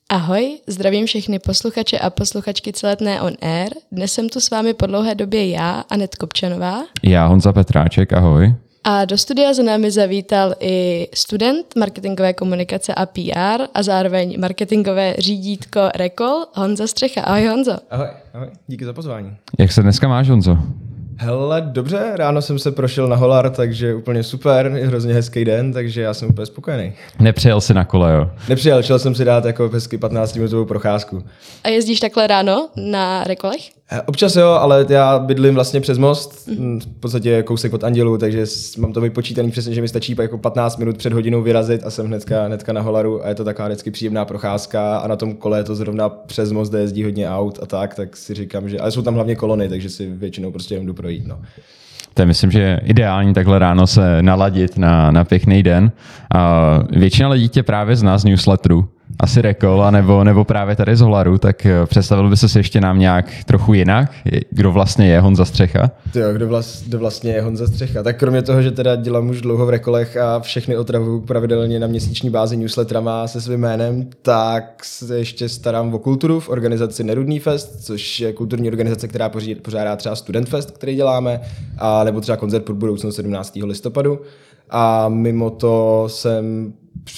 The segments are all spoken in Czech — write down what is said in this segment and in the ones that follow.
Ahoj, zdravím všechny posluchače a posluchačky Celetné on Air. Dnes jsem tu s vámi po dlouhé době já, Anet Kopčanová. Já, Honza Petráček, ahoj. A do studia za námi zavítal i student marketingové komunikace a PR a zároveň marketingové řídítko Rekol, Honza Střecha. Ahoj Honzo. Ahoj, díky za pozvání. Jak se dneska máš, Honzo? Hele, dobře, ráno jsem se prošel na Holar, takže úplně super, je hrozně hezký den, takže já jsem úplně spokojený. Nepřijel jsi na kole, jo? Nepřijel, šel jsem si dát jako hezky 15-minutovou procházku. A jezdíš takhle ráno na Rekolech? Občas jo, ale já bydlím vlastně přes most, v podstatě kousek od Andělu, takže mám to vypočítaný přesně, že mi stačí jako 15 minut před hodinou vyrazit a jsem hnedka na Holaru a je to taková vždycky příjemná procházka a na tom kole je to zrovna přes most, kde jezdí hodně aut a tak si říkám, že, ale jsou tam hlavně kolony, takže si většinou prostě jen jdu projít, no. To je, myslím, že je ideální takhle ráno se naladit na pěkný den. A většina lidí tě právě zná z newsletteru, asi Rekol, nebo právě tady z Holaru, tak představil by se ještě nám nějak trochu jinak, kdo vlastně je Honza Střecha? Jo, kdo vlastně je Honza Střecha? Tak kromě toho, že teda dělám už dlouho v Rekolech a všechny otravuju pravidelně na měsíční bázi newsletterama se svým jménem, tak se ještě starám o kulturu v organizaci Nerudný fest, což je kulturní organizace, která pořádá třeba Student Fest, který děláme, a nebo třeba koncert pro budoucnost 17. listopadu. A mimo to jsem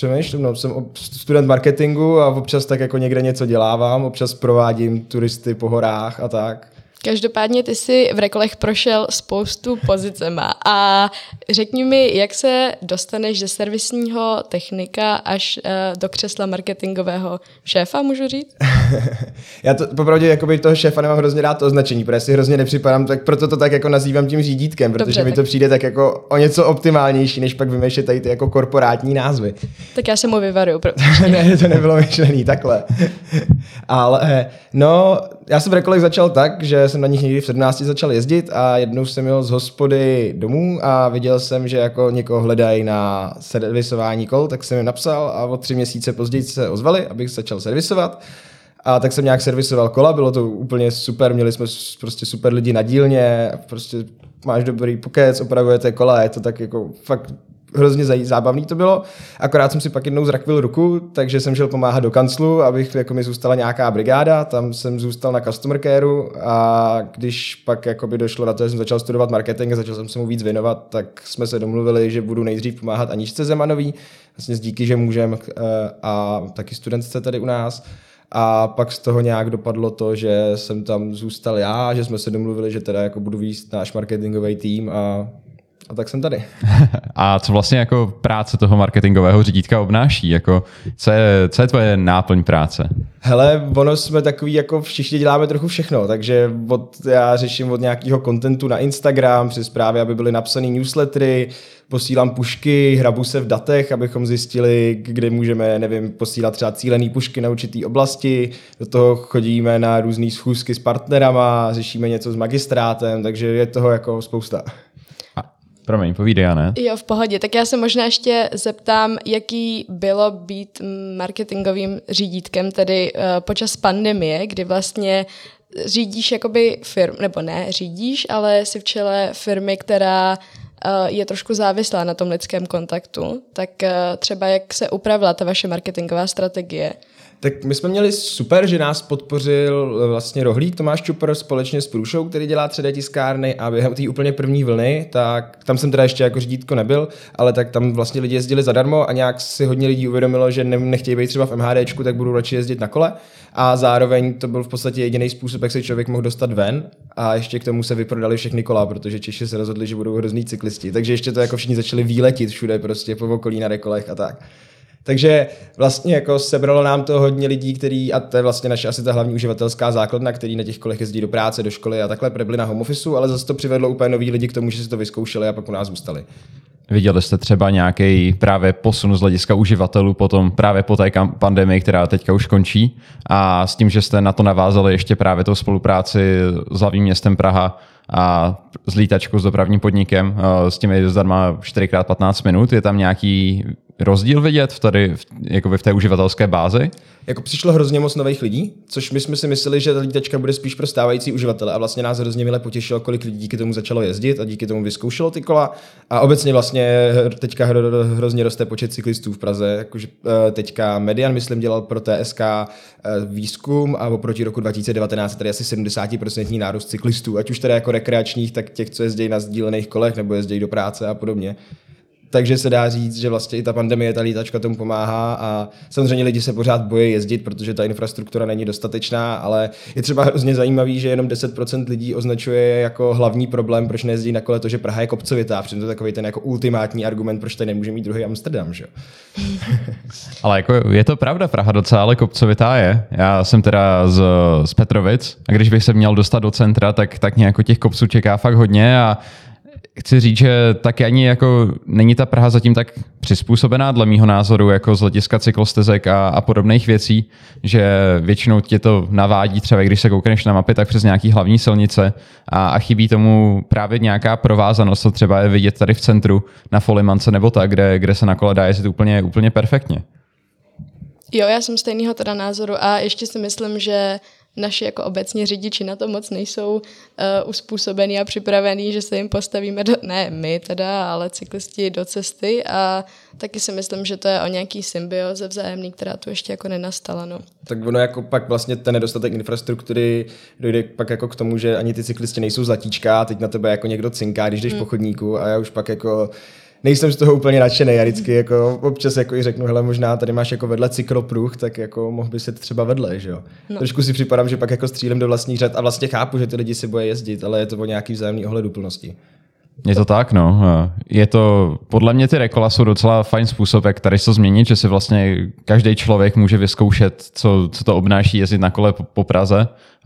student marketingu a občas tak jako někde něco dělávám, občas provádím turisty po horách a tak. Každopádně ty jsi v Rekolech prošel spoustu pozicema a řekni mi, jak se dostaneš ze servisního technika až do křesla marketingového šéfa, můžu říct? Já to popravdě jakoby toho šéfa nemám hrozně rád to označení, protože si hrozně nepřipadám, tak proto to tak jako nazývám tím řídítkem, protože dobře, mi to přijde tak jako o něco optimálnější, než pak vymýšlet tady ty jako korporátní názvy. Tak já se mu vyvaruju. Ne, to nebylo myšlený takhle. Ale no, já jsem v Rekolech začal tak, že jsem na nich někdy v 17 začal jezdit a jednou jsem jel z hospody domů a viděl jsem, že jako někoho hledají na servisování kol, tak jsem jim napsal a o 3 měsíce později se ozvali, abych začal servisovat. A tak jsem nějak servisoval kola, bylo to úplně super, měli jsme prostě super lidi na dílně, prostě máš dobrý pokec, opravujete kola, je to tak jako fakt hrozně zábavný to bylo. Akorát jsem si pak jednou zrakvil ruku, takže jsem šel pomáhat do kanclu, abych jako mi zůstala nějaká brigáda, tam jsem zůstal na customer careu a když pak jakoby došlo na to, že jsem začal studovat marketing a začal jsem se mu víc věnovat, tak jsme se domluvili, že budu nejdřív pomáhat Aničce Zemanový, vlastně díky, že můžem, a taky studentce tady u nás. A pak z toho nějak dopadlo to, že jsem tam zůstal já, že jsme se domluvili, že teda jako budu vést náš marketingový tým a tak jsem tady. A co vlastně jako práce toho marketingového řídítka obnáší? Jako, co je tvoje náplň práce? Hele, ono jsme takový, jako všichni děláme trochu všechno, takže já řeším od nějakého contentu na Instagram, přes právě, aby byly napsané newslettery, posílám pušky, hrabu se v datech, abychom zjistili, kde můžeme, posílat třeba cílený pušky na určitý oblasti, do toho chodíme na různé schůzky s partnerama, řešíme něco s magistrátem, takže je toho jako spousta. Promiň, povídej, Anet. Jo, v pohodě. Tak já se možná ještě zeptám, jaký bylo být marketingovým řídítkem tedy počas pandemie, kdy vlastně řídíš jakoby firmu, nebo ne řídíš, ale jsi v čele firmy, která je trošku závislá na tom lidském kontaktu. Tak třeba jak se upravila ta vaše marketingová strategie? Tak my jsme měli super, že nás podpořil vlastně Rohlík Tomáš Čupr společně s Průšou, který dělá 3D tiskárny, a během té úplně první vlny, tak tam jsem teda ještě jako řídítko nebyl, ale tak tam vlastně lidi jezdili zadarmo a nějak si hodně lidí uvědomilo, že nechtějí být třeba v MHDčku, tak budou radši jezdit na kole, a zároveň to byl v podstatě jediný způsob, jak se člověk mohl dostat ven, a ještě k tomu se vyprodali všechny kola, protože Češi se rozhodli, že budou hrozný cyklisti, takže ještě to jako všichni začali výletit všude prostě po okolí na Rekolech a tak. Takže vlastně jako sebralo nám to hodně lidí, a to je vlastně naše asi ta hlavní uživatelská základna, který na těch kolech jezdí do práce, do školy a takhle byli na home officeu, ale zase to přivedlo úplně nový lidi k tomu, že si to vyzkoušeli a pak u nás zůstali. Viděli jste třeba nějaký právě posun z hlediska uživatelů právě po té pandemii, která teďka už končí, a s tím, že jste na to navázali ještě právě tou spolupráci s hlavním městem Praha a s lítačkou, s dopravním podnikem, s těmi zdarma 4x15 minut, je tam nějaký rozdíl vidět jakoby v té uživatelské bázi? Jako přišlo hrozně moc nových lidí, což my jsme si mysleli, že ta lítačka bude spíš pro stávající uživatele a vlastně nás hrozně mile potěšilo, kolik lidí díky tomu začalo jezdit a díky tomu vyzkoušelo ty kola a obecně vlastně teďka hrozně roste počet cyklistů v Praze, jakože teďka Median, myslím, dělal pro TSK výzkum a oproti roku 2019 tady asi 70% nárůst cyklistů, ať už tady jako rekreačních, tak těch, co jezdí na sdílených kolech nebo jezdí do práce a podobně. Takže se dá říct, že vlastně i ta pandemie, ta lítačka tomu pomáhá a samozřejmě lidi se pořád bojí jezdit, protože ta infrastruktura není dostatečná, ale je třeba hrozně zajímavý, že jenom 10% lidí označuje jako hlavní problém, proč nejezdí na kole to, že Praha je kopcovitá, přitom to je takový ten jako ultimátní argument, proč tady nemůže mít druhý Amsterdam, že? Ale jako je to pravda, Praha docela ale kopcovitá je. Já jsem teda z Petrovic a když bych se měl dostat do centra, tak nějak těch kopců čeká fakt hodně a chci říct, že taky ani jako není ta Praha zatím tak přizpůsobená dle mýho názoru jako z hlediska cyklostezek a podobných věcí, že většinou tě to navádí třeba, když se koukneš na mapy, tak přes nějaký hlavní silnice a chybí tomu právě nějaká provázanost, co třeba je vidět tady v centru na Folimance nebo tak, kde se na kole dá jezdit úplně perfektně. Jo, já jsem stejného teda názoru a ještě si myslím, že naši jako obecně řidiči na to moc nejsou uspůsobení a připravení, že se jim postavíme, ne my teda, ale cyklisti do cesty a taky si myslím, že to je o nějaký symbioze vzájemný, která tu ještě jako nenastala. No. Tak ono jako pak vlastně ten nedostatek infrastruktury dojde pak jako k tomu, že ani ty cyklisti nejsou zlatíčka a teď na tebe jako někdo cinká, když jdeš po chodníku a já už pak jako nejsem z toho úplně nadšený. Já vždycky jako občas jako i řeknu, hele, možná tady máš jako vedle cyklopruh, tak jako mohl by se třeba vedle, že jo. No. Trošku si připadám, že pak jako střílím do vlastních řad a vlastně chápu, že ty lidi si bojí jezdit, ale je to o nějaký vzájemný ohleduplnosti. Je to tak, no. Je to, podle mě ty rekola jsou docela fajn způsob, jak tady to změnit, že si vlastně každý člověk může vyzkoušet, co to obnáší jezdit na kole po Praze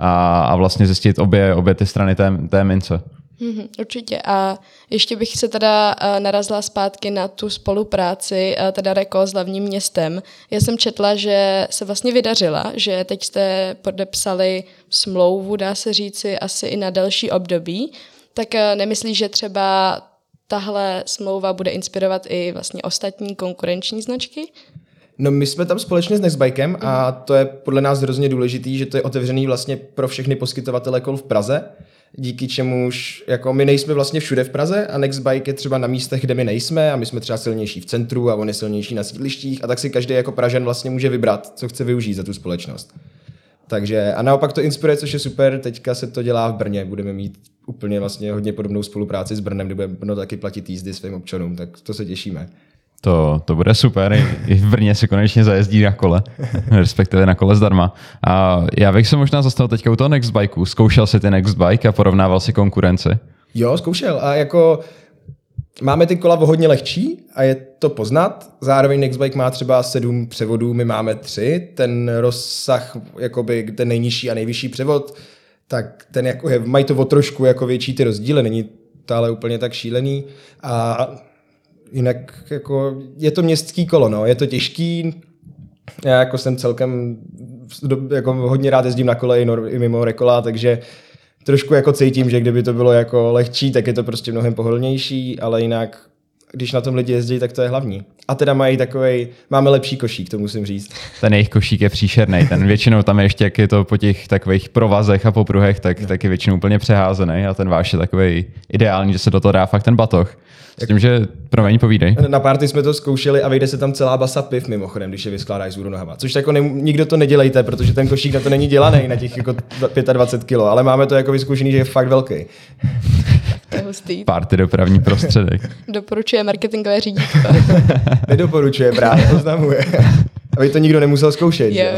a vlastně zjistit obě ty strany té mince. Určitě a ještě bych se teda narazila zpátky na tu spolupráci teda Rekol s hlavním městem. Já jsem četla, že se vlastně vydařila, že teď jste podepsali smlouvu, dá se říci, asi i na delší období, tak nemyslíš, že třeba tahle smlouva bude inspirovat i vlastně ostatní konkurenční značky? No my jsme tam společně s Nextbikem a to je podle nás hrozně důležitý, že to je otevřený vlastně pro všechny poskytovatele kol v Praze, díky čemuž jako my nejsme vlastně všude v Praze a Nextbike je třeba na místech, kde my nejsme a my jsme třeba silnější v centru a on je silnější na sídlištích a tak si každý jako Pražan vlastně může vybrat, co chce využít za tu společnost. Takže a naopak to inspiruje, což je super, teďka se to dělá v Brně, budeme mít úplně vlastně hodně podobnou spolupráci s Brnem, kde budeme taky platit jízdy svým občanům, tak to se těšíme. To bude super, i v Brně se konečně zajezdí na kole, respektive na kole zdarma. A já bych se možná zastavil teďka u toho Nextbikeu. Zkoušel jsi ty Nextbike a porovnával si konkurenci? Jo, zkoušel a jako máme ty kola o hodně lehčí a je to poznat. Zároveň Nextbike má třeba 7 převodů, my máme 3. Ten rozsah, jakoby ten nejnižší a nejvyšší převod, tak ten jako mají to o trošku jako větší ty rozdíly, není to ale úplně tak šílený. A jinak jako je to městský kolo, no, je to těžký. Já jako jsem celkem jako hodně rád jezdím na kole i mimo rekola, takže trošku jako cítím, že kdyby to bylo jako lehčí, tak je to prostě mnohem pohodlnější, ale jinak, když na tom lidi jezdí, tak to je hlavní. A teda máme lepší košík, to musím říct. Ten jejich košík je příšerný, ten většinou tam ještě, jak je to po těch takových provazech a popruhech, tak je většinou úplně přeházený a ten váš je takový ideální, že se do toho dá fakt ten batoh. S tím, že promiň, povídej. Na party jsme to zkoušeli a vejde se tam celá basa piv mimochodem, když je vyskládáš z nohama. Což jako nikdo to nedělejte, protože ten košík na to není dělaný na těch jako 25 kg, ale máme to jako vyzkoušený, že je fakt velký. To je hustý. Party dopravní prostředek. Doporučuje marketingové řídítko. Nedoporučuje právě, oznamuje. Aby to nikdo nemusel zkoušet. Jo.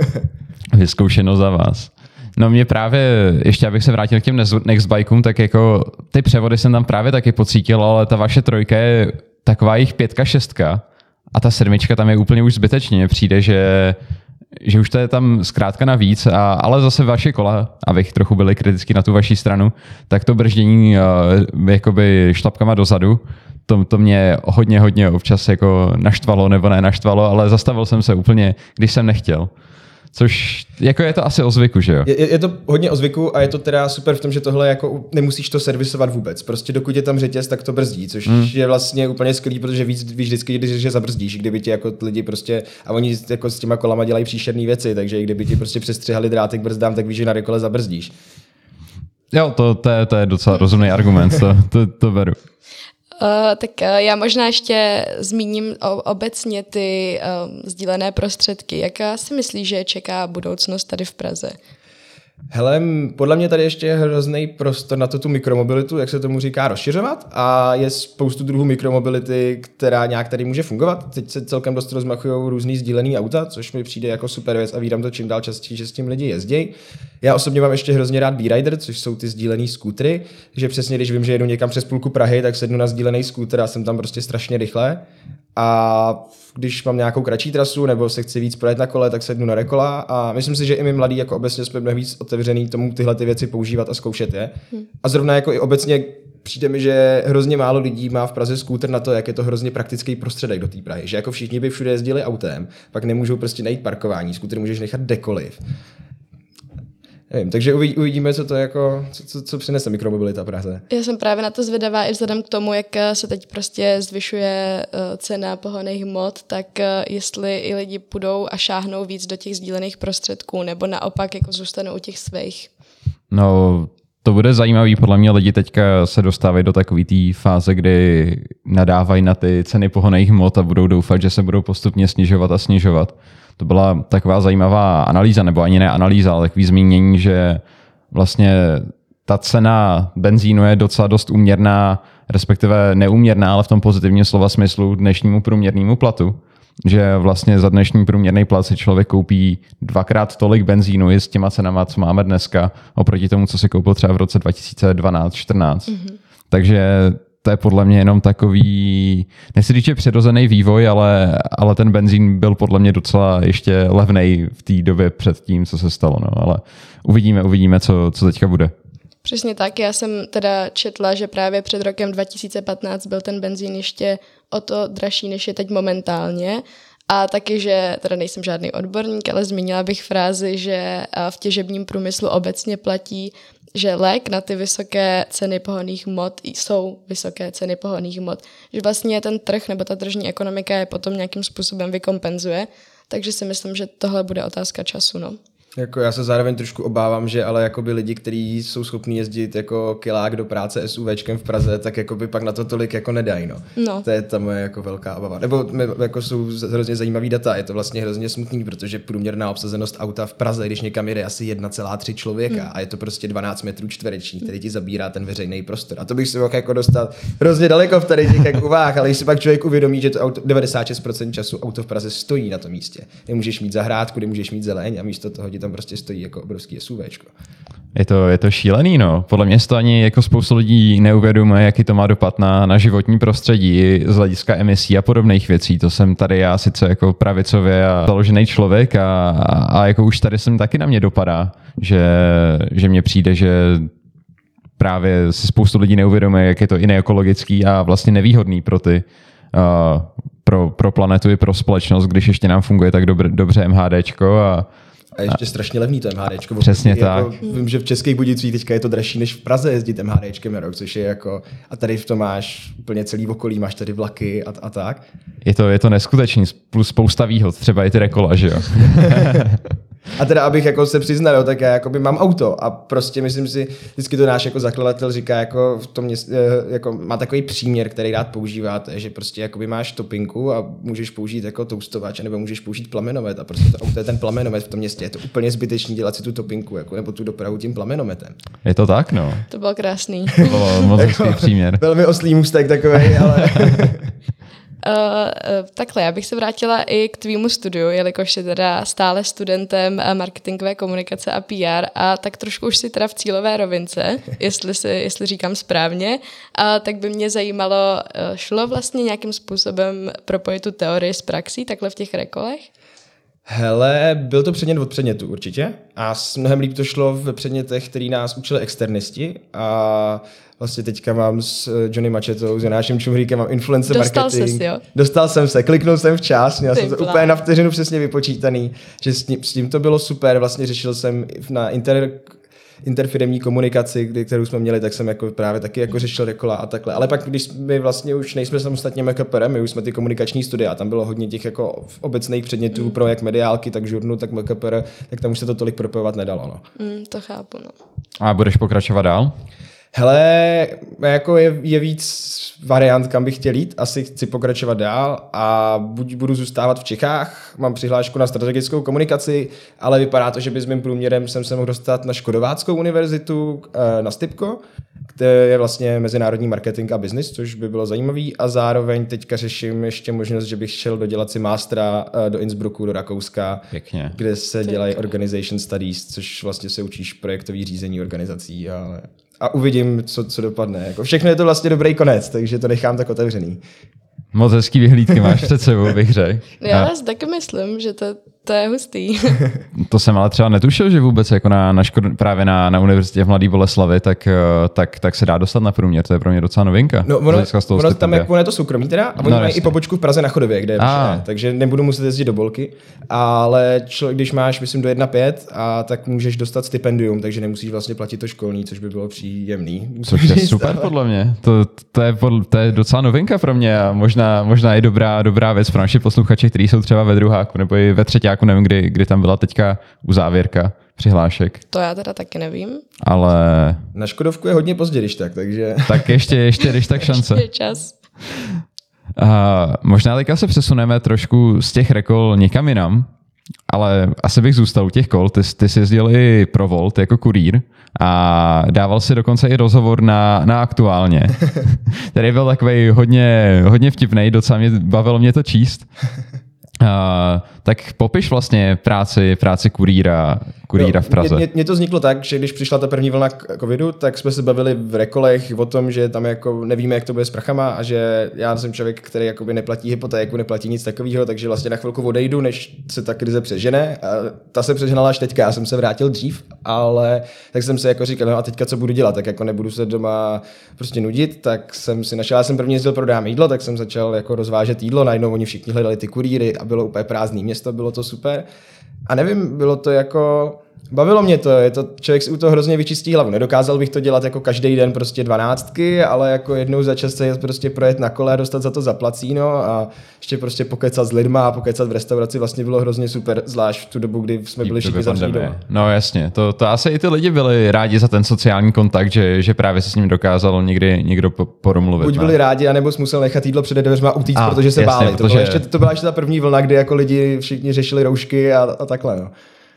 Vyzkoušeno za vás. No mě právě, ještě abych se vrátil k těm Nextbikeům, tak jako ty převody jsem tam právě taky pocítil, ale ta vaše 3 je taková jich 5, 6 a ta 7 tam je úplně už zbytečně. Mně přijde, že už to je tam zkrátka navíc, ale zase vaše kola, abych trochu byli kritický na tu vaši stranu, tak to brždění jakoby šlapkama dozadu, to mě hodně občas jako naštvalo nebo ne naštvalo, ale zastavil jsem se úplně, když jsem nechtěl. Což jako je to asi o zvyku, že jo? Je to hodně o zvyku a je to teda super v tom, že tohle jako nemusíš to servisovat vůbec. Prostě dokud je tam řetěz, tak to brzdí, což je vlastně úplně skvělý, protože víš vždycky, když zabrzdíš, kdyby ti jako lidi prostě, a oni jako s těma kolama dělají příšerné věci, takže i kdyby ti prostě přestřihali drátek brzdám, tak víš, že na rekole zabrzdíš. Jo, to je docela rozumný argument, to beru. Tak já možná ještě zmíním obecně ty sdílené prostředky. Jaká si myslíš, že čeká budoucnost tady v Praze? Hele, podle mě tady ještě je hrozný prostor na tu mikromobilitu, jak se tomu říká, rozšiřovat a je spoustu druhů mikromobility, která nějak tady může fungovat. Teď se celkem dost rozmachují různý sdílený auta, což mi přijde jako super věc a vídám to čím dál častěji, že s tím lidi jezdí. Já osobně mám ještě hrozně rád B-Rider, což jsou ty sdílený skútry, že přesně když vím, že jedu někam přes půlku Prahy, tak sednu na sdílený skútr a jsem tam prostě strašně rychle. A když mám nějakou kratší trasu nebo se chci víc projet na kole, tak sednu na rekola a myslím si, že i my mladí jako obecně jsme mnohem víc otevřený tomu tyhle ty věci používat a zkoušet je. A zrovna jako i obecně přijde mi, že hrozně málo lidí má v Praze skútr na to, jak je to hrozně praktický prostředek do té Prahy, že jako všichni by všude jezdili autem, pak nemůžou prostě najít parkování, skútr můžeš nechat kdekoliv. Nevím, takže uvidíme, co to jako, co přinese mikromobilita Praze. Já jsem právě na to zvědavá i vzhledem k tomu, jak se teď prostě zvyšuje cena pohonných hmot, tak jestli i lidi půjdou a šáhnou víc do těch sdílených prostředků, nebo naopak jako zůstanou u těch svých. No, to bude zajímavý, podle mě lidi teďka se dostávají do takové té fáze, kdy nadávají na ty ceny pohonných hmot a budou doufat, že se budou postupně snižovat a snižovat. To byla taková zajímavá analýza, nebo ani ne analýza, ale takový zmínění, že vlastně ta cena benzínu je docela dost úměrná, respektive neúměrná, ale v tom pozitivním slova smyslu dnešnímu průměrnému platu. Že vlastně za dnešní průměrný plat si člověk koupí 2x tolik benzínu i s těma cenama, co máme dneska, oproti tomu, co si koupil třeba v roce 2012-14. Takže to je podle mě jenom takový, nechci říct, že přirozený vývoj, ale ten benzín byl podle mě docela ještě levnej v té době před tím, co se stalo. No. Ale uvidíme, co teďka bude. Přesně tak, já jsem teda četla, že právě před rokem 2015 byl ten benzín ještě o to dražší, než je teď momentálně. A taky, že teda nejsem žádný odborník, ale zmínila bych frázi, že v těžebním průmyslu obecně platí, že lék na ty vysoké ceny pohonných hmot jsou vysoké ceny pohonných hmot. Že vlastně ten trh nebo ta tržní ekonomika je potom nějakým způsobem vykompenzuje. Takže si myslím, že tohle bude otázka času. No. Jako já se zároveň trošku obávám, že ale jakoby lidi, kteří jsou schopní jezdit jako kilák do práce SUVčkem v Praze, tak jakoby pak na to tolik jako nedají. No. To je ta moje jako velká obava. Nebo jako jsou hrozně zajímavý data, je to vlastně hrozně smutný, protože průměrná obsazenost auta v Praze, když někam jede, asi 1,3 člověka a je to prostě 12 metrů čtverečních, který ti zabírá ten veřejný prostor. A to bych si mohl jako dostat hrozně daleko v tady těch jako uvách, ale když si pak člověk uvědomí, že to auto 96% času auto v Praze stojí na tom místě. Nemůžeš mít zahrádku, nemůžeš mít zeleň a místo toho tam prostě stojí jako obrovský SUVčko. Je to šílený, no. Podle mě to ani jako spoustu lidí neuvědomuje, jaký to má dopad na životní prostředí z hlediska emisí a podobných věcí. To jsem tady já sice jako pravicově a založený člověk a jako už tady jsem taky na mě dopadá, že mně přijde, že právě si spoustu lidí neuvědomuje, jak je to i neekologický a vlastně nevýhodný pro ty pro planetu i pro společnost, když ještě nám funguje tak dobře MHDčko a ještě strašně levný to MHDčko. Přesně tak. Vím, že v Českých Budějcích teďka je to dražší než v Praze jezdit MHDčkem na rok, což je jako, a tady v tom máš úplně celý okolí, máš tady vlaky a tak. Je to neskutečný, plus spousta výhod, třeba i ty rekola, že jo. A teda, abych jako se přiznal, tak já jakoby mám auto a prostě myslím si, vždycky to náš jako zakladatel říká, jako v tom jako má takový příměr, který rád používáte, že prostě jakoby máš topinku a můžeš použít jako toustovač, nebo můžeš použít plamenomet a prostě to auto je ten plamenomet v tom městě. Je to úplně zbytečný dělat si tu topinku jako, nebo tu dopravu tím plamenometem. Je to tak, no. To bylo krásný. To bylo moc hezký příměr. Velmi oslý můstek takovej, ale... Takhle, já bych se vrátila i k tvýmu studiu, jelikož jsi teda stále studentem marketingové komunikace a PR a tak trošku už si teda v cílové rovince, jestli říkám správně, tak by mě zajímalo, šlo vlastně nějakým způsobem propojit tu teorii s praxí takhle v těch rekolech? Hele, byl to předmět od předmětu určitě a mnohem líp to šlo v předmětech, který nás učili externisti a vlastně teďka mám s Johnny Machetou, s Jonášem Čumhríkem, mám influencer marketing. Dostal ses, jo? Dostal jsem se, kliknul jsem včas, měl jsem to úplně na vteřinu přesně vypočítaný, že s tím to bylo super, vlastně řešil jsem na interfiremní komunikaci, kterou jsme měli, tak jsem jako právě taky jako řešil rekola a takhle. Ale pak, když my vlastně už nejsme samostatně MKPR, my už jsme ty komunikační studia a tam bylo hodně těch jako obecných předmětů pro jak mediálky, tak žurnu, tak MKPR, tak tam už se to tolik propojovat nedalo. No. To chápu, no. A budeš pokračovat dál? Hele, jako je víc variant, kam bych chtěl jít. Asi chci pokračovat dál a buď budu zůstávat v Čechách, mám přihlášku na strategickou komunikaci, ale vypadá to, že by s mým průměrem jsem se mohl dostat na Škodováckou univerzitu na Stypko, kde je vlastně mezinárodní marketing a business, což by bylo zajímavý a zároveň teďka řeším ještě možnost, že bych šel dodělat si mástra do Innsbrucku, do Rakouska, Pěkně. kde se dělají organization studies, což vlastně se učíš projektový řízení organizací a uvidím, co dopadne. Jako všechno je to vlastně dobrý konec, takže to nechám tak otevřený. Moc hezký vyhlídky máš před sebou, bych řekl. Já si taky myslím, že to je hustý. To jsem ale třeba netušil, že vůbec jako právě na univerzitě v Mladé Boleslavi, tak se dá dostat na průměr. To je pro mě docela novinka. No, ono tam jako je to soukromí teda a oni mají i pobočku v Praze na Chodově, kde je vyšší, takže nebudu muset jezdit do Bolky, ale když máš, myslím, do 1,5 a tak můžeš dostat stipendium, takže nemusíš vlastně platit to školní, což by bylo příjemný. Což je super podle mě. To je docela novinka pro mě a možná i dobrá věc pro naše posluchače, kteří jsou třeba ve druháku nebo i ve třetíku, nevím, kdy tam byla teďka uzávěrka přihlášek. To já teda taky nevím. Ale... Na Škodovku je hodně pozdě, když tak, takže... Tak ještě když tak šance. Ještě čas. Možná teďka se přesuneme trošku z těch rekol někam jinam, ale asi bych zůstal u těch kol. Ty jsi jezdil i pro Volt jako kurýr a dával si dokonce i rozhovor na Aktuálně, který byl takovej hodně vtipnej, docela bavilo mě to číst. Tak popiš vlastně práci kurýra v Praze. Mně to vzniklo tak, že když přišla ta první vlna covidu, tak jsme se bavili v rekolech o tom, že tam jako nevíme, jak to bude s prachama a že já jsem člověk, který jakoby neplatí hypotéku, neplatí nic takového, takže vlastně na chvilku odejdu, než se ta krize přežene. A ta se přeženala až teďka, já jsem se vrátil dřív, ale tak jsem se jako říkal, no a teďka co budu dělat, tak jako nebudu se doma prostě nudit, tak jsem si našel, já jsem první jezdil prodávat jídlo, tak jsem začal jako rozvážet jídlo, najednou oni všichni hledali ty kurýry a bylo úplně prázdný město, bylo to super. A nevím, bylo to jako... Bavilo mě to, člověk si u toho hrozně vyčistí hlavu. Nedokázal bych to dělat jako každý den prostě 12, ale jako jednou za čas se prostě projet na kole a dostat za to zaplacíno a ještě prostě pokecat s lidma a pokecat v restauraci vlastně bylo hrozně super, zvlášť v tu dobu, kdy jsme byli všichni zavření doma. No jasně, to asi i ty lidi byli rádi za ten sociální kontakt, že právě se s ním dokázalo někdo poromluvit. Buď byli rádi, anebo jsi musel nechat jídlo před dveřma utíct, protože se jasně, báli. To byla ještě ta první vlna, kdy jako lidi všichni řešili roušky a takhle. No.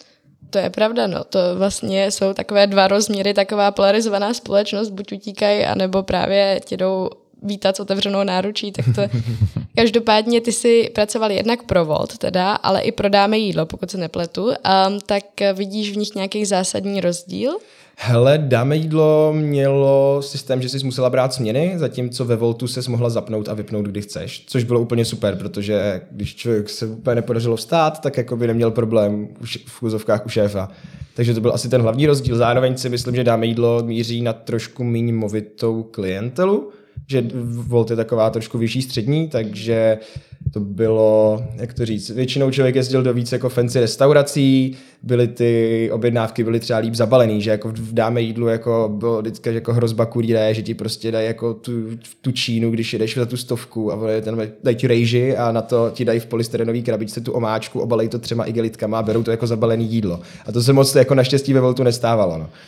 To je pravda, no. To vlastně jsou takové dva rozměry, taková polarizovaná společnost, buď utíkají, anebo právě tě jdou vítat s otevřenou náručí, tak to... Každopádně ty si pracoval jednak pro Volt teda, ale i pro Dáme jídlo, pokud se nepletu, tak vidíš v nich nějaký zásadní rozdíl? Hele, Dáme jídlo mělo systém, že jsi musela brát směny, zatímco ve Voltu ses mohla zapnout a vypnout, kdy chceš, což bylo úplně super, protože když člověk se úplně nepodařilo vstát, tak jako by neměl problém v úzovkách u šéfa. Takže to byl asi ten hlavní rozdíl. Zároveň si myslím, že Dáme jídlo míří na trošku méně movitou klientelu, že Volt je taková trošku vyšší střední, takže to bylo, jak to říct, většinou člověk jezdil do víc jako fancy restaurací, byly ty objednávky byly třeba líp zabalený, že jako v Dáme jídlu jako bylo vždycky jako hrozba kurýra, že ti prostě dají jako tu Čínu, když jedeš za tu 100 a dají ti rejži a na to ti dají v polystyrenové krabičce tu omáčku, obalej to 3 igelitkama a berou to jako zabalený jídlo. A to se moc jako naštěstí ve Voltu nestávalo. No.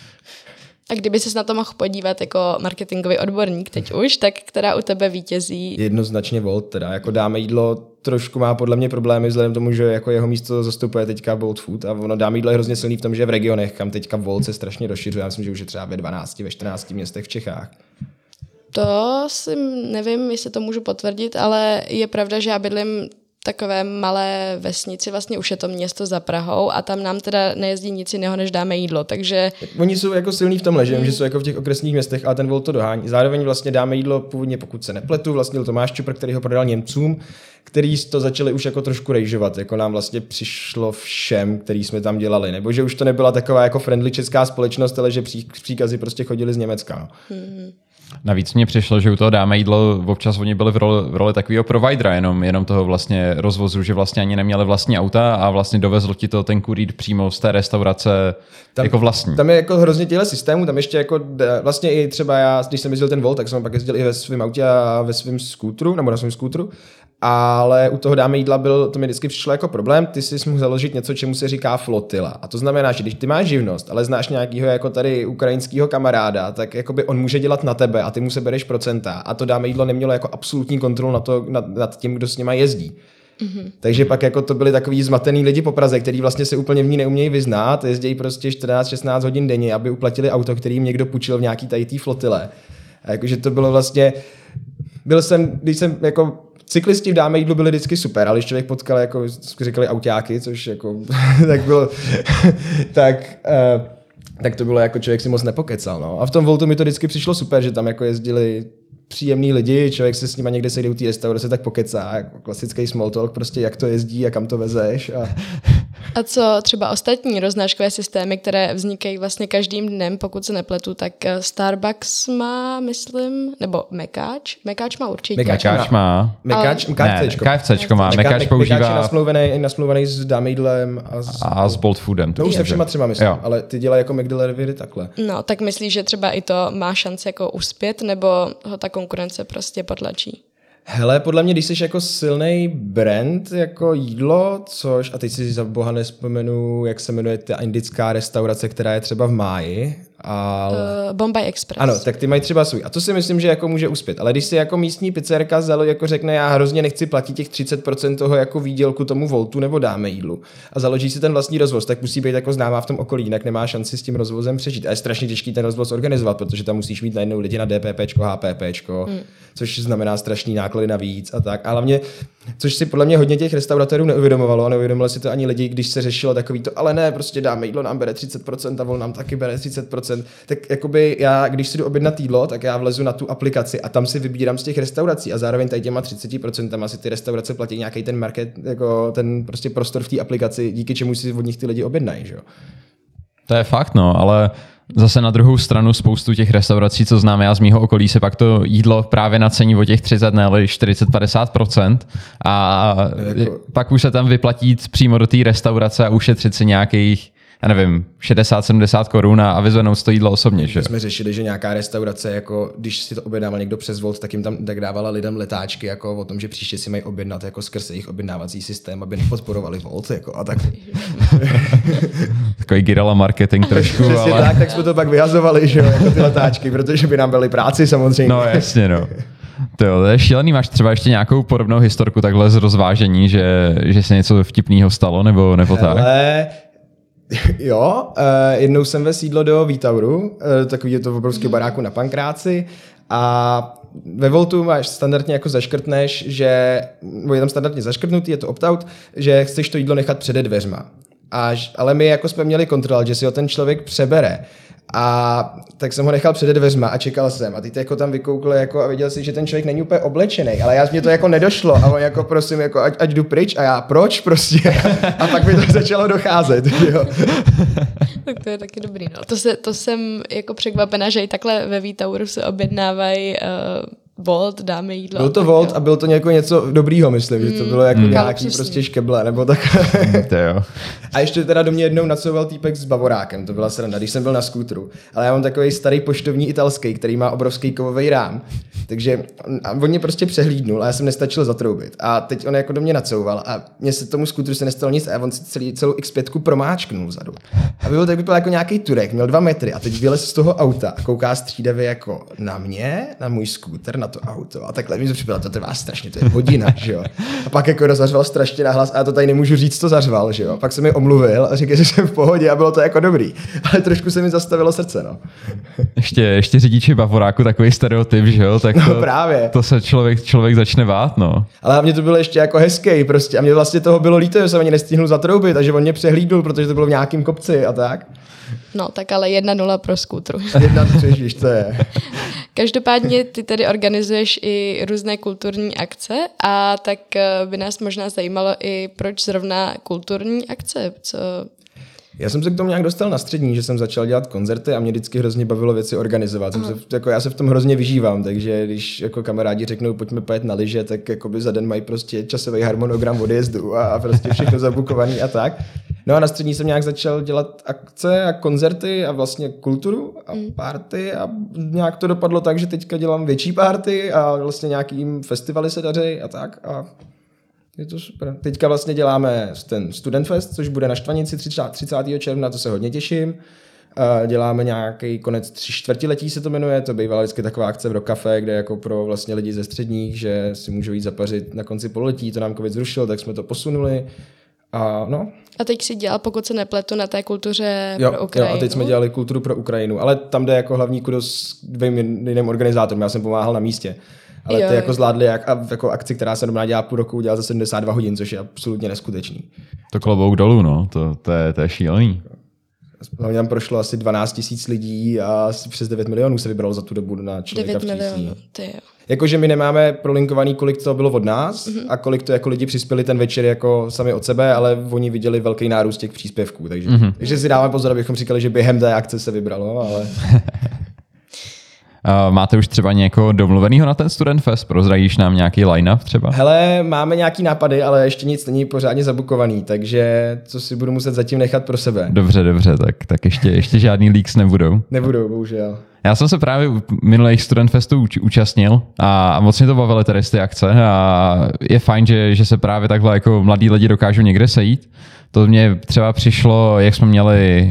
A kdyby ses na to mohl podívat jako marketingový odborník teď už, tak která u tebe vítězí? Jednoznačně Volt, teda jako Dáme jídlo trošku má podle mě problémy vzhledem tomu, že jako jeho místo zastupuje teďka Bolt Food a ono Dáme jídlo je hrozně silný v tom, že v regionech, kam teďka Volt se strašně rozšiřuje, já myslím, že už je třeba ve 12, ve 14 městech v Čechách. To si nevím, jestli to můžu potvrdit, ale je pravda, že já bydlím takové malé vesnici, vlastně už je to město za Prahou a tam nám teda nejezdí nic jiného, než dáme jídlo, takže... Oni jsou jako silní v tomhle, že jsou jako v těch okresních městech, ale ten Volt to dohání. Zároveň vlastně dáme jídlo původně, pokud se nepletu, vlastně Tomáš Čupr, který ho prodal Němcům, který to začali už jako trošku rejžovat, jako nám vlastně přišlo všem, který jsme tam dělali, nebo že už to nebyla taková jako friendly česká společnost, ale že příkazy prostě chodili z Německa. No. Navíc mně přišlo, že u toho dáme jídlo, občas oni byli v roli takového providera, jenom toho vlastně rozvozu, že vlastně ani neměli vlastní auta a vlastně dovezl ti to ten kurýr přímo z té restaurace tam, jako vlastní. Tam je jako hrozně těchto systémů, tam ještě jako vlastně i třeba já, když jsem jezdil ten Volt, tak jsem pak jezdil i ve svém autě a ve svém skútru, nebo na svém skútru, ale u toho dáme jídla to mi vždycky přišlo jako problém, ty si mohl založit něco, čemu se říká flotila. A to znamená, že když ty máš živnost, ale znáš nějakého jako tady ukrajinského kamaráda, tak jakoby on může dělat na tebe a ty mu se bereš procenta. A to dáme jídlo nemělo jako absolutní kontrolu nad tím, kdo s nima jezdí. Mm-hmm. Takže pak jako to byli takový zmatený lidi po Praze, který vlastně se úplně v ní neumějí vyznát, jezdí prostě 14-16 hodin denně, aby uplatili auto, který jim někdo půjčil v nějaký tady té flotile. A jakože to bylo vlastně, když jsem jako cyklisti v dáme jídlu byli vždycky super, ale když člověk potkal, jako říkali autáky, což jako tak bylo, tak to bylo jako člověk si moc nepokecal. No. A v tom Voltu mi to vždycky přišlo super, že tam jako jezdili příjemný lidi, člověk se s nima někde sejde u té restaurace, tak pokecá, jako klasický small talk, prostě jak to jezdí a kam to vezeš. A co třeba ostatní roznáškové systémy, které vznikají vlastně každým dnem, pokud se nepletu, tak Starbucks má, myslím, nebo Mekáč má určitě. Mekáč má. KFCčko má. Mekáč používá. Mekáč je nasmlouvaný s dáme jídlem a s Bolt Foodem. No už se všema třeba myslím, jo. Ale ty dělají jako McDelivery takhle. No, tak myslíš, že třeba i to má šanci jako uspět, nebo ho ta konkurence prostě potlačí? Hele, podle mě, když jsi jako silný brand, jako jídlo, což, a teď si za boha nespomenu, jak se jmenuje ta indická restaurace, která je třeba v Máji, ale... Bombay Express. Ano, tak ty mají třeba svůj. A to si myslím, že jako může uspět. Ale když si jako místní pizzerka jako řekne, já hrozně nechci platit těch 30% toho jako výdělku tomu Voltu nebo dáme jídlu a založí si ten vlastní rozvoz, tak musí být jako známá v tom okolí, jinak nemá šanci s tím rozvozem přežít. A je strašně těžký ten rozvoz organizovat, protože tam musíš mít najednou lidi na DPPčko, HPPčko, což znamená strašný náklady navíc a tak. Ale mě, což si podle mě hodně těch restauratérů neuvědomovalo, a neuvědomovalo si to ani lidi, když se řešilo takový to, ale ne, prostě dáme jídlo, nám bere 30% a Volt nám taky bere 30%. Tak jakoby já, když si jdu objednat jídlo, tak já vlezu na tu aplikaci a tam si vybírám z těch restaurací a zároveň tady těma 30% si ty restaurace platí nějaký ten market, jako ten prostě prostor v té aplikaci, díky čemu si od nich ty lidi objednají, že jo. To je fakt, no, ale zase na druhou stranu spoustu těch restaurací, co znám já z mýho okolí, se pak to jídlo právě nacení o těch 30, ne, ale 40-50% a jako... pak už se tam vyplatí jít přímo do té restaurace a ušetřit si nějakých, já nevím, 60-70 korun a vyzvednout to jídlo osobně. Že? Jsme řešili, že nějaká restaurace, jako když si to objednával někdo přes Volt, tak jim tam tak dávala lidem letáčky jako o tom, že příště si mají objednat jako skrz jejich objednávací systém, aby nepodporovali Volt. Jako, a tak. Takový guerilla marketing trošku. Přesně ale... tak jsme to pak vyhazovali, že jo, jako ty letáčky, protože by nám byly práci samozřejmě. No jasně, no. To je šílený. Máš třeba ještě nějakou podobnou historku takhle z rozvážení, že se něco vtipného stalo nebo tak? Jo, jednou jsem ve sídlo do Vítauru, takový je to v obrovském baráku na Pankráci a ve Voltu máš standardně jako zaškrtneš, že je tam standardně zaškrtnutý, je to opt-out, že chceš to jídlo nechat přede dveřma. Ale my jako jsme měli kontrol, že si ho ten člověk přebere. A tak jsem ho nechal před dveřma a čekal jsem. A ty jako tam vykoukl jako a viděl si, že ten člověk není úplně oblečený, ale mě to jako nedošlo. A on jako prosím, jako ať jdu pryč a já proč prostě. A pak mi to začalo docházet. Jo. Tak to je taky dobrý. No. To jsem jako překvapená, že i takhle ve Vítauru se objednávají Volt, dáme jídlo. Byl to Volt a bylo to něco dobrýho, myslím, že to bylo jako nějaký prostě škeble, nebo tak. To jo. A ještě teda do mě jednou nacouval týpek s bavorákem, to byla sranda, když jsem byl na skútru. Ale já mám takový starý poštovní italský, který má obrovský kovový rám. Takže on mě prostě přehlídnul a já jsem nestačil zatroubit. A teď on jako do mě nacouval a mně se tomu skútru se nestalo nic a on si celou X5 promáčknul vzadu. A byl tak jako nějaký Turek, měl 2 metry a teď vylez z toho auta a kouká střídavě jako na mě, na můj skútr, na na to auto a takhle mi to připadalo, to trvá strašně, to je hodina, že jo. A pak jako zařval strašně nahlas a já to tady nemůžu říct, co zařval, že jo. Pak jsem mi omluvil a řekl, že jsem v pohodě a bylo to jako dobrý, ale trošku se mi zastavilo srdce, no. Ještě řidiči Bavoráku, takový stereotyp, že jo, tak no, právě. To se člověk začne bát, no. Ale hlavně to bylo ještě jako hezký prostě a mě vlastně toho bylo líto, že jsem ani nestihnul zatroubit a že on mě přehlídl, protože to bylo v nějakým kopci a tak. No, tak ale 1-0 pro skútru. 1-3, víš, to je. Každopádně ty tedy organizuješ i různé kulturní akce a tak by nás možná zajímalo i proč zrovna kulturní akce, co... Já jsem se k tomu nějak dostal na střední, že jsem začal dělat koncerty a mě vždycky hrozně bavilo věci organizovat. Já se v tom hrozně vyžívám, takže když jako kamarádi řeknou, pojďme pojet na lyže, tak jakoby za den mají prostě časový harmonogram odjezdu a prostě všechno zabukovaný a tak. No a na střední jsem nějak začal dělat akce a koncerty a vlastně kulturu a party a nějak to dopadlo tak, že teďka dělám větší party a vlastně nějakým festivaly se daří a tak a je to super. Teďka vlastně děláme ten Student Fest, což bude na Štvanici 30. června, to se hodně těším. Děláme nějaký konec 3/4 se to jmenuje, to bývala vždycky taková akce v Rock Café, kde jako pro vlastně lidi ze středních, že si můžou jít zapařit na konci pololetí, to nám covid zrušil, tak jsme to posunuli. A teď si dělal, pokud se nepletu, na té kultuře pro Ukrajinu. Jo, a teď jsme dělali kulturu pro Ukrajinu, ale tam jde jako hlavní kudos s dvěma jiným organizátorům, já jsem pomáhal na místě. Ale ty jako zvládli jako akci, která se normálně dělá půl roku, udělal za 72 hodin, což je absolutně neskutečný. To klobouk dolů, no, to je šílený. Hlavně tam prošlo asi 12 000 lidí a asi přes 9 milionů se vybralo za tu dobu na člověka 9 milionů, ty jo. Jakože my nemáme prolinkovaný, kolik to bylo od nás a kolik to jako lidi přispěli ten večer jako sami od sebe, ale oni viděli velký nárůst těch příspěvků, takže si dáme pozor, abychom říkali, že během té akce se vybralo, ale... Máte už třeba někoho domluvenýho na ten Student Fest? Prozradíš nám nějaký line-up třeba? Hele, máme nějaký nápady, ale ještě nic není pořádně zabukovaný, takže co si budu muset zatím nechat pro sebe. Dobře, tak ještě žádný leaks nebudou. Nebudou, bohužel. Já jsem se právě u minulých Student Festů účastnil a moc mě to bavily tady z ty akce a je fajn, že se právě takhle jako mladí lidi dokážou někde sejít. To mě třeba přišlo, jak jsme měli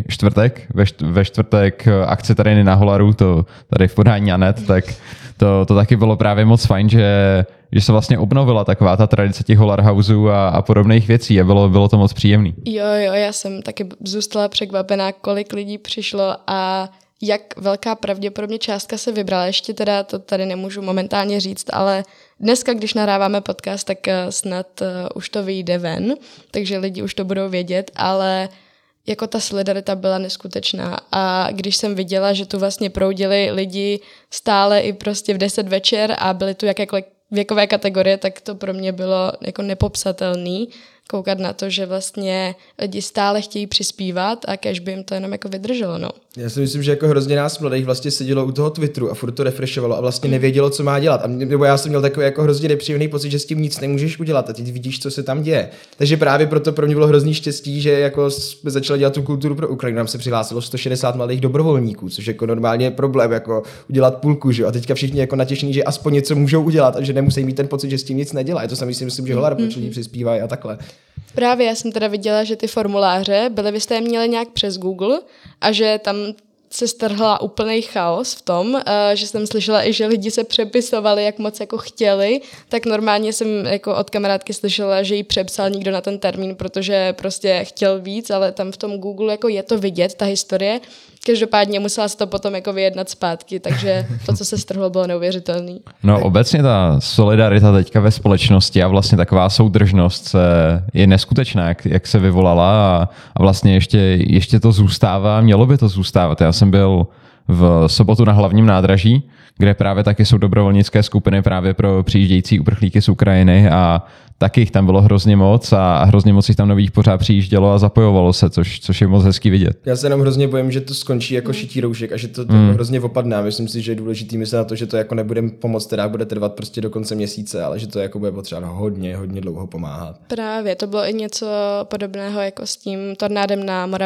ve čtvrtek akci tady na Holaru, to tady v podání Anet, tak to taky bylo právě moc fajn, že se vlastně obnovila taková ta tradice těch Holar Houseů a podobných věcí a bylo to moc příjemný. Jo, já jsem taky zůstala překvapená, kolik lidí přišlo a jak velká pravděpodobně částka se vybrala. Ještě teda to tady nemůžu momentálně říct, ale dneska, když nahráváme podcast, tak snad už to vyjde ven, takže lidi už to budou vědět, ale jako ta solidarita byla neskutečná a když jsem viděla, že tu vlastně proudili lidi stále i prostě v 10 večer a byly tu jakékoliv věkové kategorie, tak to pro mě bylo jako nepopsatelný koukat na to, že vlastně lidi stále chtějí přispívat a kéž by jim to jenom jako vydrželo, no. Já si myslím, že jako hrozně nás mladých vlastně sedělo u toho Twitteru a furt to refreshovalo a vlastně nevědělo, co má dělat. Nebo já jsem měl takový jako hrozně nepříjemný pocit, že s tím nic nemůžeš udělat a teď vidíš, co se tam děje. Takže právě proto pro mě bylo hrozný štěstí, že jako jsme začali dělat tu kulturu pro Ukrajinu. Nám se přihlásilo 160 mladých dobrovolníků, což jako normálně je problém jako udělat půlku, že? A teďka všichni jako natěšení, že aspoň něco můžou udělat a že nemusí mít ten pocit, že s tím nic nedělá. To samé si myslím, že Holar, proč lidi přispívají a takhle. Právě já jsem teda viděla, že ty formuláře vy jste je měli nějak přes Google a že tam se strhla úplný chaos v tom, že jsem slyšela i, že lidi se přepisovali, jak moc jako chtěli, tak normálně jsem jako od kamarádky slyšela, že jí přepsal někdo na ten termín, protože prostě chtěl víc, ale tam v tom Google jako je to vidět, ta historie. Každopádně musela se to potom jako vyjednat zpátky, takže to, co se strhlo, bylo neuvěřitelný. No obecně ta solidarita teďka ve společnosti a vlastně taková soudržnost je neskutečná, jak se vyvolala a vlastně ještě to zůstává, mělo by to zůstávat. Já jsem byl v sobotu na Hlavním nádraží, kde právě taky jsou dobrovolnické skupiny právě pro přijíždějící uprchlíky z Ukrajiny a taky jich tam bylo hrozně moc a hrozně moc jich tam nových pořád přijíždělo a zapojovalo se, což je moc hezký vidět. Já se jenom hrozně bojím, že to skončí jako šití roušek a že to hrozně opadne. Myslím si, že je důležitý myslet na to, že to jako nebudeme pomoct, která bude trvat prostě do konce měsíce, ale že to jako bude potřeba hodně dlouho pomáhat. Právě, to bylo i něco podobného jako s tím tornádem na Moravě.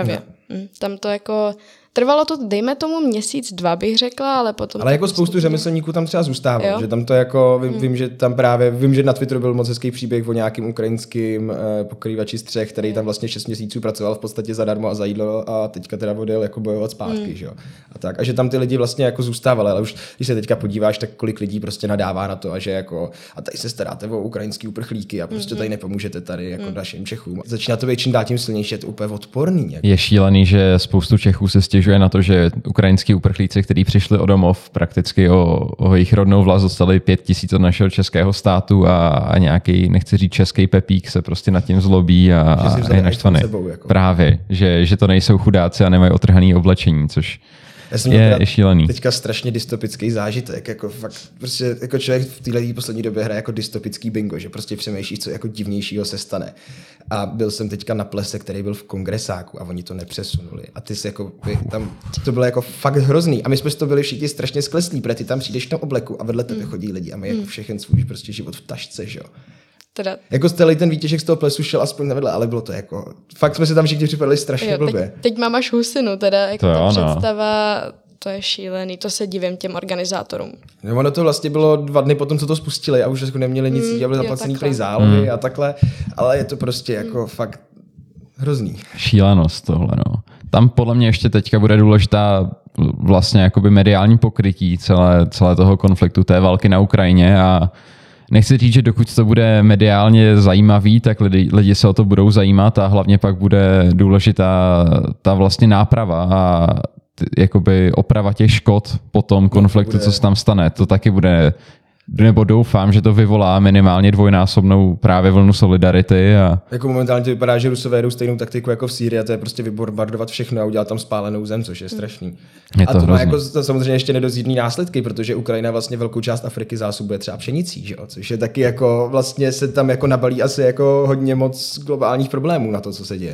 Tam to jako... Trvalo to, dejme tomu měsíc, 2 bych řekla, ale potom... Ale jako spoustu řemeslníků tam třeba zůstávalo, že tam to jako, vím, že na Twitteru byl moc hezký příběh o nějakým ukrajinským pokrývači střech, který tam vlastně 6 měsíců pracoval v podstatě zadarmo a za jídlo a teďka teda odjel jako bojovat zpátky, že jo. A že tam ty lidi vlastně jako zůstávali, ale už když se teďka podíváš, tak kolik lidí prostě nadává na to, a že jako a tady se staráte o ukrajinský uprchlíky a prostě tady nepomůžete tady jako našim Čechům. Začíná to být čím dál tím silnější, je to úplně odporný. Jako. Je šílený, že spoustu Čechů se stěžuje na to, že ukrajinský uprchlíci, kteří přišli o domov, prakticky o jejich rodnou vlast, dostali 5 000 od našeho českého státu a nějaký, nechci říct český pepík, se prostě nad tím zlobí a je naštvaný. Jako. Právě, že to nejsou chudáci a nemají otrhaný oblečení, což je šílený. Teďka strašně dystopický zážitek, jako fakt, prostě jako člověk v téhle poslední době hraje jako dystopický bingo, že prostě přemýšlíš, co jako divnějšího se stane. A byl jsem teďka na plese, který byl v Kongresáku a oni to nepřesunuli. A ty jsi jako, tam, to bylo jako fakt hrozný. A my jsme to byli všichni strašně skleslí, protože ty tam přijdeš v tom obleku a vedle tebe chodí lidi a mají jako všechen svůj prostě život v tašce, že jo. Teda... Jako celý ten výtěžek z toho plesu šel aspoň navedle, ale bylo to jako, fakt jsme se tam všichni připadali strašně blbě. Teď mám až husinu, teda jako ta představa, to je šílený, to se divím těm organizátorům. No, ono to vlastně bylo 2 dny potom, co to spustili a už jako neměli nic, dělali zaplacený prej zálohy a takhle, ale je to prostě jako fakt hrozný. Šílenost tohle, no. Tam podle mě ještě teďka bude důležitá vlastně jakoby mediální pokrytí celé toho konfliktu, té války na Ukrajině a nechci říct, že dokud to bude mediálně zajímavý, tak lidi se o to budou zajímat a hlavně pak bude důležitá ta vlastně náprava a jakoby oprava těch škod po tom konfliktu, co se tam stane. To taky bude, nebo doufám, že to vyvolá minimálně 2násobnou právě vlnu solidarity. Jako momentálně to vypadá, že Rusové jdou stejnou taktiku jako v Sýrii a to je prostě vybombardovat všechno a udělat tam spálenou zem, což je strašný. A to má jako samozřejmě ještě nedozírný následky, protože Ukrajina vlastně velkou část Afriky zásobuje třeba pšenicí, že jo? Což je taky jako vlastně se tam jako nabalí asi jako hodně moc globálních problémů na to, co se děje.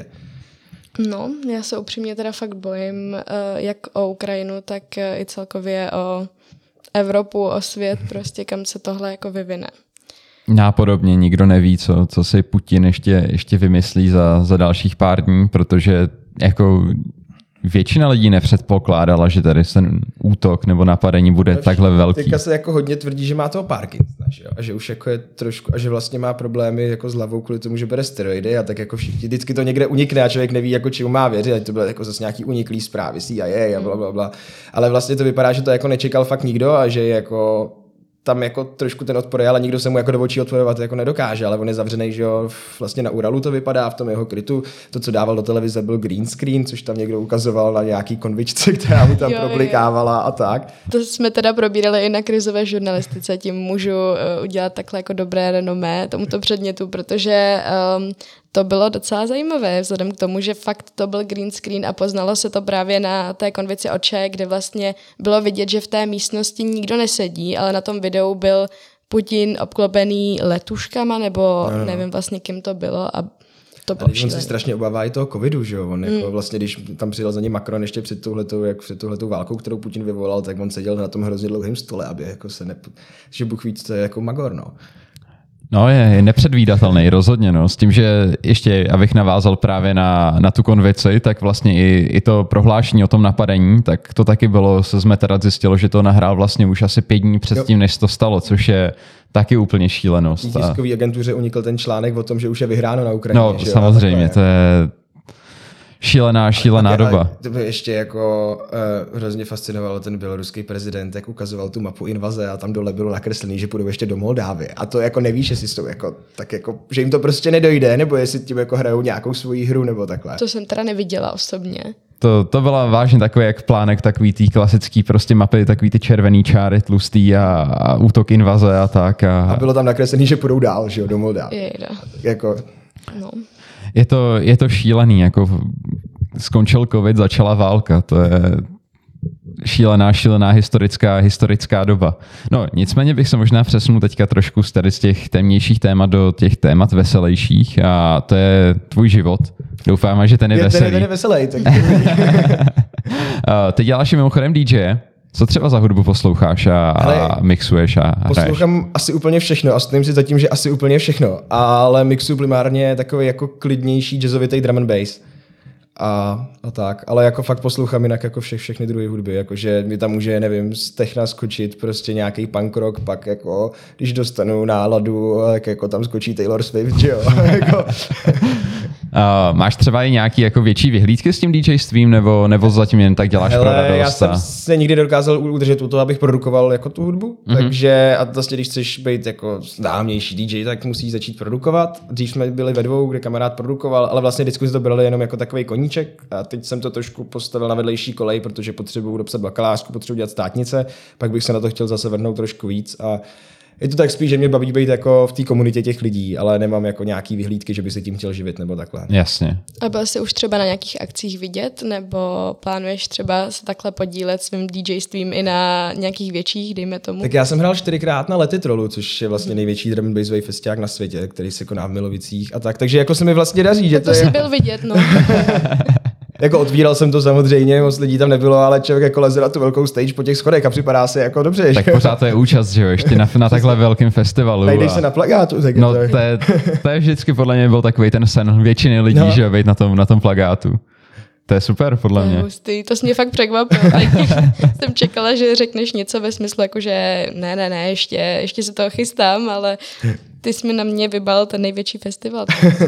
No, já se upřímně teda fakt bojím, jak o Ukrajinu, tak i celkově o Evropu, o svět, prostě kam se tohle jako vyvine. Nápodobně nikdo neví, co si Putin ještě vymyslí za dalších pár dní, protože jako většina lidí nepředpokládala, že tady ten útok nebo napadení bude takhle velký. Teďka se jako hodně tvrdí, že má toho Parkinsona, že jo? A že už jako je trošku, a že vlastně má problémy jako s hlavou kvůli tomu, že bere steroidy a tak jako všichni, vždycky to někde unikne a člověk neví, jako čemu má věřit, ať to bylo jako zase nějaký uniklý zprávy CIA a blablabla. Ale vlastně to vypadá, že to jako nečekal fakt nikdo a že jako tam jako trošku ten odpor je, ale nikdo se mu jako do očí odporovat jako nedokáže, ale on je zavřený, že jo, vlastně na Uralu to vypadá v tom jeho krytu. To, co dával do televize, byl green screen, což tam někdo ukazoval na nějaký konvičce, která mu tam problikávala a tak. To jsme teda probírali i na krizové žurnalistice, tím můžu udělat takhle jako dobré renomé tomuto předmětu, protože to bylo docela zajímavé, vzhledem k tomu, že fakt to byl green screen a poznalo se to právě na té konvici oče, kde vlastně bylo vidět, že v té místnosti nikdo nesedí, ale na tom videu byl Putin obklopený letuškama, nebo nevím vlastně, kým to bylo a to bylo šílený. On se strašně obává i toho covidu, že jo? On jako vlastně, když tam přijel za ním Macron ještě před touhletou válkou, kterou Putin vyvolal, tak on seděl na tom hrozně dlouhém stole, aby jako se že Bůh ví, to je jako magor, no. No je nepředvídatelný rozhodně, no. S tím, že ještě, abych navázal právě na tu konvici, tak vlastně i to prohlášení o tom napadení, tak to taky bylo, se jsme teda zjistilo, že to nahrál vlastně už asi 5 dní předtím, než to stalo, což je taky úplně šílenost. V tiskové agentuře unikl ten článek o tom, že už je vyhráno na Ukrajině. No samozřejmě, to je šílená doba. To by ještě jako hrozně fascinovalo ten běloruský prezident, jak ukazoval tu mapu invaze a tam dole bylo nakreslený, že půjdou ještě do Moldávie. A to jako nevíš, jestli jsou jako, tak jako, že jim to prostě nedojde, nebo jestli tím jako hrajou nějakou svoji hru nebo takhle. To jsem teda neviděla osobně. To byla vážně takový jak plánek, takový ty klasický prostě mapy, takový ty červený čáry tlustý a útok invaze a tak. A bylo tam nakreslený, že půjdou dál, že jo, do Moldávie. Jako... No. Je to šílený, jako skončil covid, začala válka, to je šílená historická doba. No, nicméně bych se možná přesunul teďka trošku z těch temnějších témat do těch témat veselějších a to je tvůj život. Doufám, že ten je veselý. Ten je veselý. Tak... Ty děláš mimochodem DJ. Co třeba za hudbu posloucháš a mixuješ a hraješ? Poslouchám asi úplně všechno a stojím si za tím, že asi úplně všechno, ale mixuju primárně takový jako klidnější jazzovitý drum and bass. a tak, ale jako fakt poslouchám jinak jako všechny druhy hudby, jakože mi tam může, nevím, z techna skočit prostě nějaký punk rock, pak jako, když dostanu náladu, tak jako tam skočí Taylor Swift, že jo. Jako. Máš třeba i nějaký jako větší vyhlídky s tím DJstvím, nebo zatím jen tak děláš pro radost? Já jsem se nikdy nedokázal udržet u toho, abych produkoval jako tu hudbu, takže a vlastně, když chceš být jako známější DJ, tak musíš začít produkovat. Dřív jsme byli ve dvou, kde kamarád produkoval, ale vlastně vždycky to brali jenom jako takový koníček a teď jsem to trošku postavil na vedlejší kolej, protože potřebuju dopsat bakalářku, potřebuji dělat státnice, pak bych se na to chtěl zase vrhnout trošku víc a je to tak spíš, že mě baví být jako v té komunitě těch lidí, ale nemám jako nějaký vyhlídky, že by se tím chtěl živit nebo takhle. Jasně. A byl jsi už třeba na nějakých akcích vidět, nebo plánuješ třeba se takhle podílet svým DJstvím i na nějakých větších, dejme tomu? Tak já jsem hrál 4krát na Letitrolu, což je vlastně největší drum and bassový festiák na světě, který se koná v Milovicích a tak. Takže jako se mi vlastně daří, že to je... jsi byl vidět, no. Jako otvíral jsem to samozřejmě, moc lidí tam nebylo, ale člověk jako leze na tu velkou stage po těch schodech a připadá si jako dobře. Tak pořád to je účast, že jo, ještě na takhle velkém festivalu. Najdeš se na plakátu. Tak no to je vždycky podle mě byl takový ten sen většiny lidí, že jo, být na tom plakátu. To je super, podle mě. Hustý, to jsi mě fakt překvapil. Jsem čekala, že řekneš něco ve smyslu, jako že ne, ještě se toho chystám, ale ty jsi mi na mě vybal ten největší festival.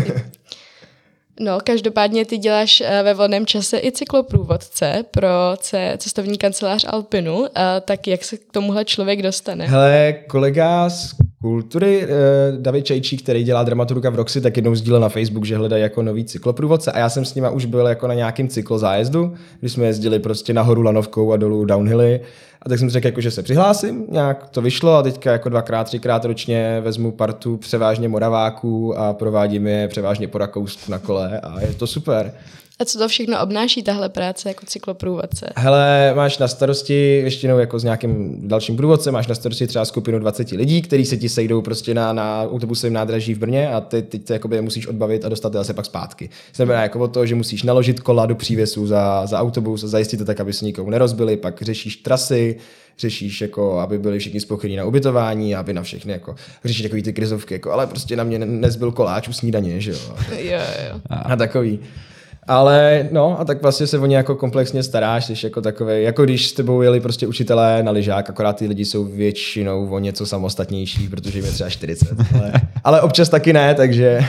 No, každopádně ty děláš ve volném čase i cykloprůvodce pro cestovní kancelář Alpinu, tak jak se k tomuhle člověk dostane? Hele, kolega z kultury, David Čajčík, který dělá dramaturga v Roxy, tak jednou sdílel na Facebook, že hledají jako nový cykloprůvodce a já jsem s nima už byl jako na nějakém cyklozájezdu, kdy jsme jezdili prostě nahoru lanovkou a dolů downhilly. A tak jsem si řekl, jako, že se přihlásím, nějak to vyšlo a teďka jako 2x, 3x ročně vezmu partu převážně Moraváků a provádím je převážně po Rakousku na kole a je to super. A co to všechno obnáší tahle práce jako cykloprůvodce? Hele, máš na starosti většinou jako s nějakým dalším průvodcem, máš na starosti třeba skupinu 20 lidí, kteří se ti sejdou prostě na autobusovém nádraží v Brně a ty se jakoby musíš odbavit a dostat je zase pak zpátky. Znamená jako o to, že musíš naložit kola do přívěsu za autobus a zajistit to tak, aby se nikomu nerozbili, pak řešíš trasy, řešíš, jako, aby byli všichni spokojení na ubytování, aby na všechny, jako, řešíš takový ty krizovky, jako, ale prostě na mě nezbyl koláč u snídaně, že jo. Jo. A takový. Ale no, a tak vlastně se o ně jako komplexně staráš, jsi jako takovej, jako když s tebou jeli prostě učitelé na lyžák, akorát ty lidi jsou většinou o něco samostatnější, protože jim je třeba 40, ale občas taky ne, takže...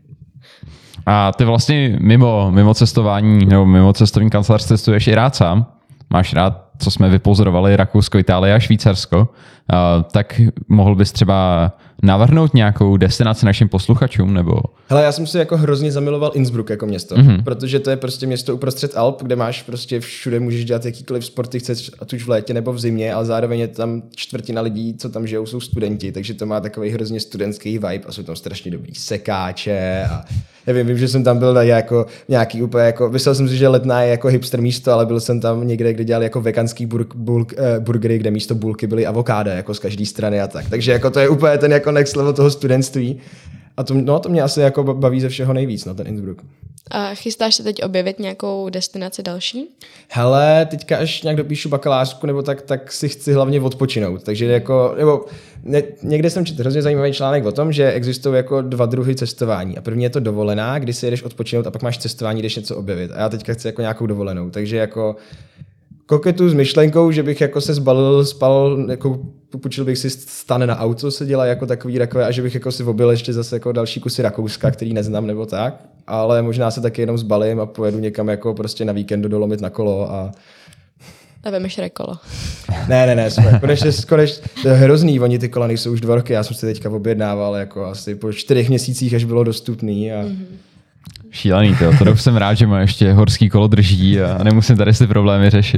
A ty vlastně mimo cestování nebo mimo cestovní kancelář cestuješ i rád sám. Máš rád, co jsme vypozorovali, Rakousko, Itálie a Švýcarsko, tak mohl bys třeba navrhnout nějakou destinaci našim posluchačům, nebo... Hele, já jsem si jako hrozně zamiloval Innsbruck jako město, protože to je prostě město uprostřed Alp, kde máš prostě všude můžeš dělat jakýkoliv sporty chceš, ať už v létě nebo v zimě, ale zároveň je tam čtvrtina lidí, co tam žijou, jsou studenti, takže to má takový hrozně studentský vibe a jsou tam strašně dobrý sekáče a nevím, vím, že jsem tam byl jako nějaký úplně jako, myslel jsem si, že Letná je jako hipster místo, ale byl jsem tam někde, kde dělali jako veganský burgery, kde místo bulky byly avokáda jako z každé strany a tak. Takže jako to je úplně ten jako next level toho studentství. A to mě asi jako baví ze všeho nejvíc, no, ten Innsbruck. A chystáš se teď objevit nějakou destinaci další? Hele, teďka až nějak dopíšu bakalářku nebo tak si chci hlavně odpočinout. Takže jako, někde jsem četl hrozně zajímavý článek o tom, že existují jako 2 druhy cestování. A první je to dovolená, kdy si jedeš odpočinout a pak máš cestování, jdeš něco objevit. A já teďka chci jako nějakou dovolenou. Takže jako koketu s myšlenkou, že bych jako se zbalil, spal, jako půjčil bych si stan na auto, se dělá jako takový rakve a že bych jako si objel ještě zase jako další kusy Rakouska, který neznám nebo tak, ale možná se taky jenom zbalím a pojedu někam jako prostě na víkend do Dolomit na kolo a vemeš rekolo. Ne, konečně, to je hrozný, oni ty kola nejsou už 2 roky, já jsem si teďka objednával jako asi po 4 měsících, až bylo dostupný a Šílený, to už jsem rád, že má ještě horský kolo drží a nemusím tady si problémy řešit.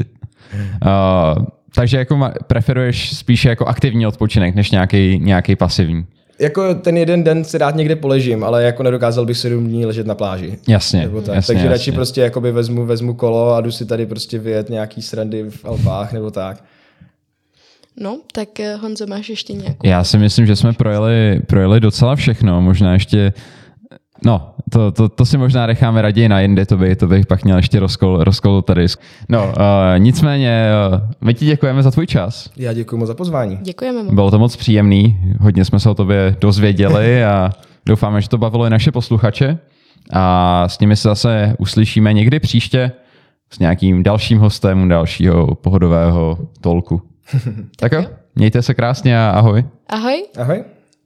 Takže jako preferuješ spíše jako aktivní odpočinek, než nějaký pasivní? Jako ten jeden den si rád někde poležím, ale jako nedokázal bych 7 dní ležet na pláži. Jasně. Takže radši prostě jakoby vezmu kolo a jdu si tady prostě vyjet nějaký srandy v Alpách nebo tak. No, tak Honzo, máš ještě nějakou? Já si myslím, že jsme projeli docela všechno, možná ještě... No, to si možná necháme raději na jindy, to bych pak měl ještě rozkol tady. No, nicméně, my ti děkujeme za tvůj čas. Já děkuji moc za pozvání. Děkujeme moc. Bylo to moc příjemný, hodně jsme se o tobě dozvěděli a doufáme, že to bavilo i naše posluchače. a s nimi se zase uslyšíme někdy příště s nějakým dalším hostem dalšího pohodového talku. Tak jo, mějte se krásně a ahoj. Ahoj. Ahoj.